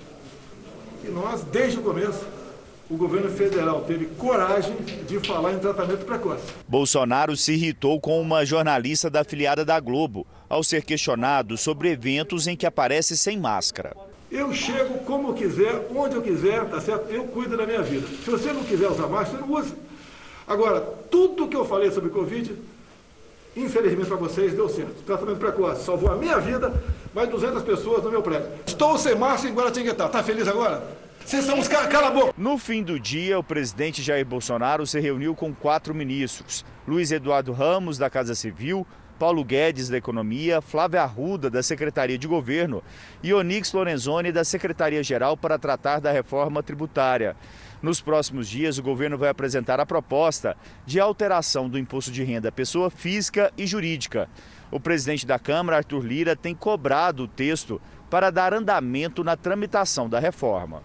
E nós, desde o começo, o governo federal teve coragem de falar em tratamento precoce. Bolsonaro se irritou com uma jornalista da afiliada da Globo, ao ser questionado sobre eventos em que aparece sem máscara. Eu chego como eu quiser, onde eu quiser, tá certo? Eu cuido da minha vida. Se você não quiser usar máscara, você não use. Agora, tudo que eu falei sobre Covid, infelizmente para vocês, deu certo. Tratamento precoce salvou a minha vida, mais duzentas pessoas no meu prédio. Estou sem máscara em Guaratinguetá. Tá feliz agora? Vocês são os caras, cala a boca! No fim do dia, o presidente Jair Bolsonaro se reuniu com quatro ministros. Luiz Eduardo Ramos, da Casa Civil, Paulo Guedes, da Economia, Flávia Arruda, da Secretaria de Governo e Onyx Lorenzoni, da Secretaria-Geral, para tratar da reforma tributária. Nos próximos dias, o governo vai apresentar a proposta de alteração do imposto de renda à pessoa física e jurídica. O presidente da Câmara, Arthur Lira, tem cobrado o texto para dar andamento na tramitação da reforma.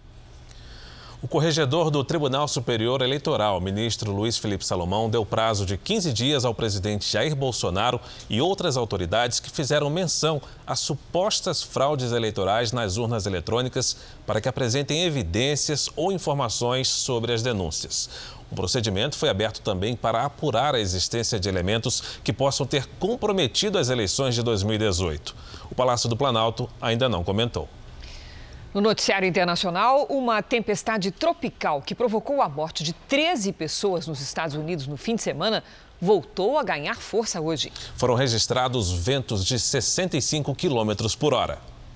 O corregedor do Tribunal Superior Eleitoral, ministro Luiz Felipe Salomão, deu prazo de quinze dias ao presidente Jair Bolsonaro e outras autoridades que fizeram menção a supostas fraudes eleitorais nas urnas eletrônicas para que apresentem evidências ou informações sobre as denúncias. O procedimento foi aberto também para apurar a existência de elementos que possam ter comprometido as eleições de dois mil e dezoito. O Palácio do Planalto ainda não comentou. No noticiário internacional, uma tempestade tropical que provocou a morte de treze pessoas nos Estados Unidos no fim de semana voltou a ganhar força hoje. Foram registrados ventos de sessenta e cinco quilômetros por hora.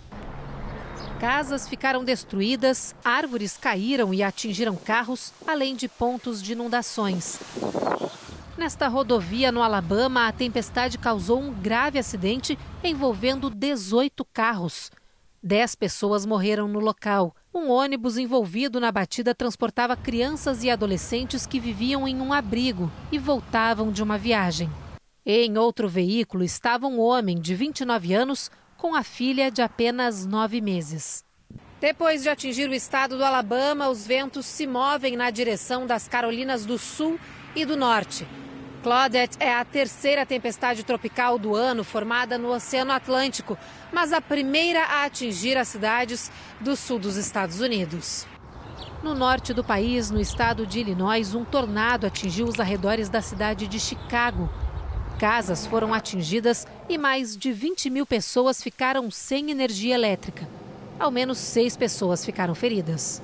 Casas ficaram destruídas, árvores caíram e atingiram carros, além de pontos de inundações. Nesta rodovia no Alabama, a tempestade causou um grave acidente envolvendo dezoito carros. Dez pessoas morreram no local. Um ônibus envolvido na batida transportava crianças e adolescentes que viviam em um abrigo e voltavam de uma viagem. Em outro veículo estava um homem de vinte e nove anos com a filha de apenas nove meses. Depois de atingir o estado do Alabama, os ventos se movem na direção das Carolinas do Sul e do Norte. Claudette é a terceira tempestade tropical do ano formada no Oceano Atlântico, mas a primeira a atingir as cidades do sul dos Estados Unidos. No norte do país, no estado de Illinois, um tornado atingiu os arredores da cidade de Chicago. Casas foram atingidas e mais de vinte mil pessoas ficaram sem energia elétrica. Ao menos seis pessoas ficaram feridas.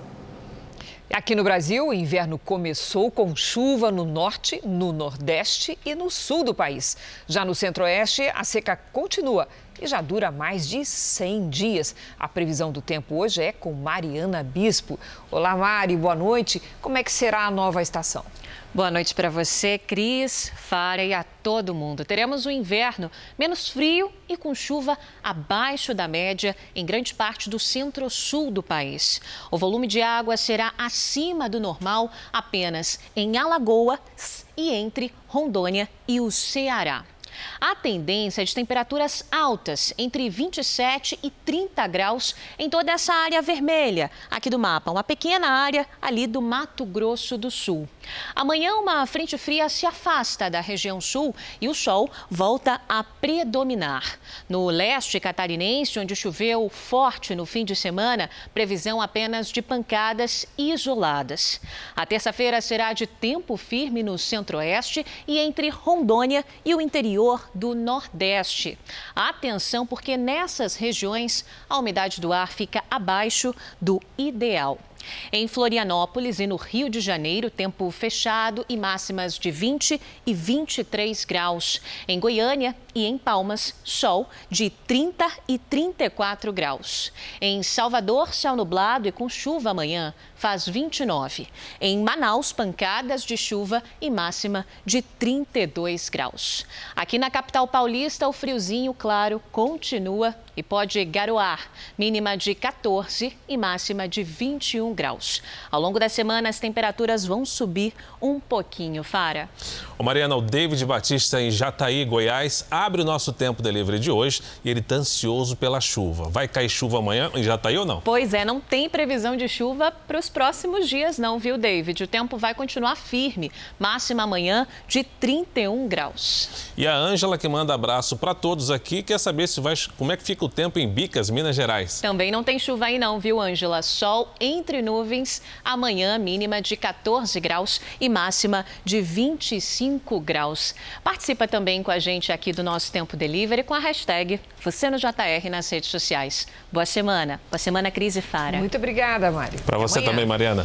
Aqui no Brasil, o inverno começou com chuva no norte, no nordeste e no sul do país. Já no centro-oeste, a seca continua e já dura mais de cem dias. A previsão do tempo hoje é com Mariana Bispo. Olá, Mari, boa noite. Como é que será a nova estação? Boa noite para você, Cris, Fara e a todo mundo. Teremos um inverno menos frio e com chuva abaixo da média em grande parte do centro-sul do país. O volume de água será acima do normal apenas em Alagoas e entre Rondônia e o Ceará. A tendência é de temperaturas altas, entre vinte e sete e trinta graus em toda essa área vermelha aqui do mapa, uma pequena área ali do Mato Grosso do Sul. Amanhã, uma frente fria se afasta da região sul e o sol volta a predominar. No leste catarinense, onde choveu forte no fim de semana, previsão apenas de pancadas isoladas. A terça-feira será de tempo firme no centro-oeste e entre Rondônia e o interior do Nordeste. Atenção, porque nessas regiões a umidade do ar fica abaixo do ideal. Em Florianópolis e no Rio de Janeiro, tempo fechado e máximas de vinte e vinte e três graus. Em Goiânia e em Palmas, sol de trinta e trinta e quatro graus. Em Salvador, céu nublado e com chuva amanhã, faz vinte e nove. Em Manaus, pancadas de chuva e máxima de trinta e dois graus. Aqui na capital paulista, o friozinho, claro, continua e pode garoar. Mínima de quatorze e máxima de vinte e um graus. Ao longo da semana, as temperaturas vão subir um pouquinho, Fara. Ô Mariana, o David Batista em Jataí, Goiás, abre o nosso Tempo Delivery de hoje e ele está ansioso pela chuva. Vai cair chuva amanhã em Jataí ou não? Pois é, não tem previsão de chuva para os próximos dias não, viu, David? O tempo vai continuar firme. Máxima amanhã de trinta e um graus. E a Ângela, que manda abraço para todos aqui, quer saber se vai, como é que fica o tempo em Bicas, Minas Gerais. Também não tem chuva aí não, viu, Ângela? Sol entre nuvens, amanhã mínima de quatorze graus e máxima de vinte e cinco graus. Participa também com a gente aqui do nosso Tempo Delivery com a hashtag Você no J R nas redes sociais. Boa semana. Boa semana, Cris e Fara. Muito obrigada, Mari. Para você amanhã. também, Mariana.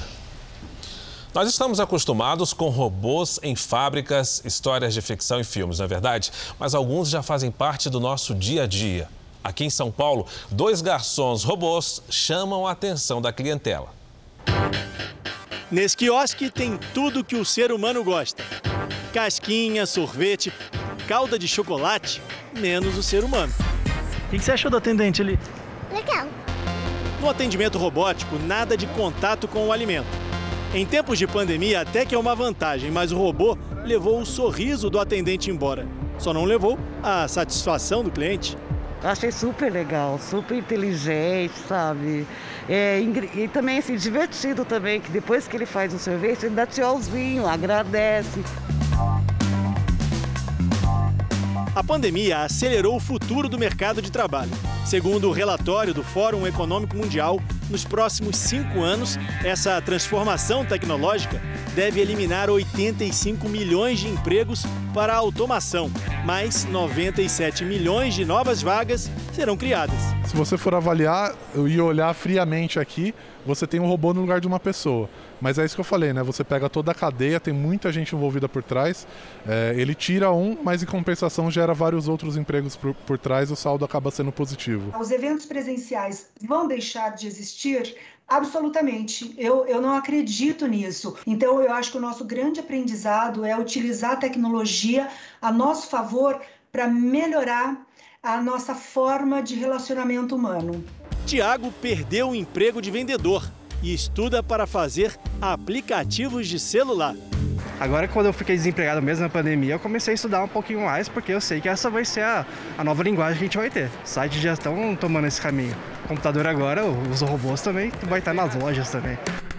Nós estamos acostumados com robôs em fábricas, histórias de ficção e filmes, não é verdade? Mas alguns já fazem parte do nosso dia a dia. Aqui em São Paulo, dois garçons robôs chamam a atenção da clientela. Nesse quiosque tem tudo que o ser humano gosta. Casquinha, sorvete, calda de chocolate, menos o ser humano. O que você achou do atendente ali? Legal. No atendimento robótico, nada de contato com o alimento. Em tempos de pandemia, até que é uma vantagem, mas o robô levou o sorriso do atendente embora. Só não levou a satisfação do cliente. Achei super legal, super inteligente, sabe? É, e também, assim, divertido também, que depois que ele faz o sorvete, ele dá tchauzinho, agradece. A pandemia acelerou o futuro do mercado de trabalho. Segundo o relatório do Fórum Econômico Mundial, nos próximos cinco anos, essa transformação tecnológica deve eliminar oitenta e cinco milhões de empregos para a automação, mais noventa e sete milhões de novas vagas serão criadas. Se você for avaliar e olhar friamente aqui, você tem um robô no lugar de uma pessoa. Mas é isso que eu falei, né? Você pega toda a cadeia, tem muita gente envolvida por trás, é, ele tira um, mas em compensação gera vários outros empregos por, por trás, o saldo acaba sendo positivo. Os eventos presenciais vão deixar de existir? Absolutamente, eu, eu não acredito nisso. Então eu acho que o nosso grande aprendizado é utilizar a tecnologia a nosso favor para melhorar a nossa forma de relacionamento humano. Tiago perdeu o emprego de vendedor e estuda para fazer aplicativos de celular. Agora, quando eu fiquei desempregado mesmo na pandemia, eu comecei a estudar um pouquinho mais, porque eu sei que essa vai ser a, a nova linguagem que a gente vai ter. Sites já estão tomando esse caminho. O computador agora, os robôs também, vai estar nas lojas também.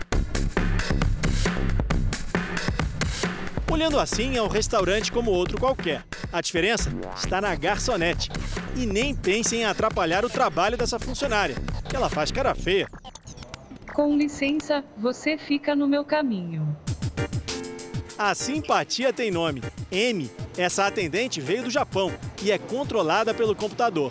Olhando assim, é um restaurante como outro qualquer. A diferença está na garçonete. E nem pense em atrapalhar o trabalho dessa funcionária, que ela faz cara feia. Com licença, você fica no meu caminho. A simpatia tem nome. M. Essa atendente veio do Japão e é controlada pelo computador.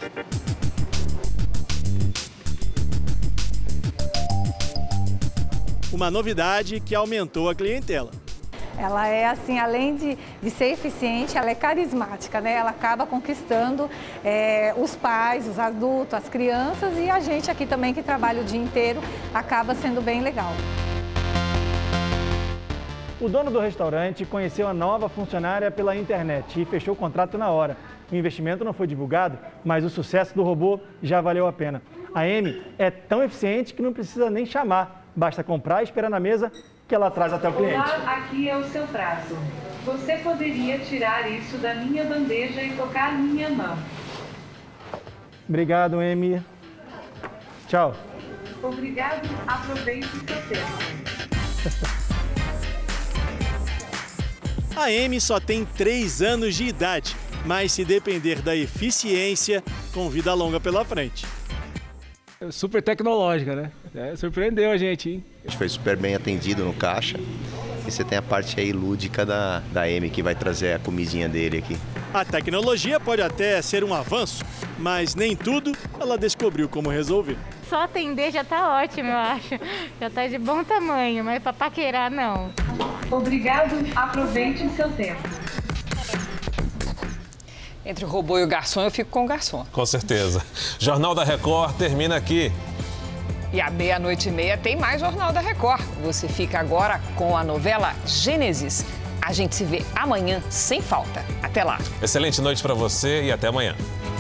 Uma novidade que aumentou a clientela. Ela é assim, além de, de ser eficiente, ela é carismática, né? Ela acaba conquistando é, os pais, os adultos, as crianças e a gente aqui também que trabalha o dia inteiro, acaba sendo bem legal. O dono do restaurante conheceu a nova funcionária pela internet e fechou o contrato na hora. O investimento não foi divulgado, mas o sucesso do robô já valeu a pena. A Amy é tão eficiente que não precisa nem chamar, basta comprar e esperar na mesa que ela traz até o cliente. Olá, aqui é o seu prato. Você poderia tirar isso da minha bandeja e tocar minha mão. Obrigado, Amy. Tchau. Obrigado, aproveite o seu tempo. A Amy só tem três anos de idade, mas se depender da eficiência, com vida longa pela frente. Super tecnológica, né? É, surpreendeu a gente, hein? A gente foi super bem atendido no caixa. E você tem a parte aí lúdica da, da Amy, que vai trazer a comidinha dele aqui. A tecnologia pode até ser um avanço, mas nem tudo ela descobriu como resolver. Só atender já tá ótimo, eu acho. Já tá de bom tamanho, mas pra paquerar, não. Obrigado, aproveite o seu tempo. Entre o robô e o garçom, eu fico com o garçom. Com certeza. Jornal da Record termina aqui. E à meia-noite e meia tem mais Jornal da Record. Você fica agora com a novela Gênesis. A gente se vê amanhã sem falta. Até lá. Excelente noite para você e até amanhã.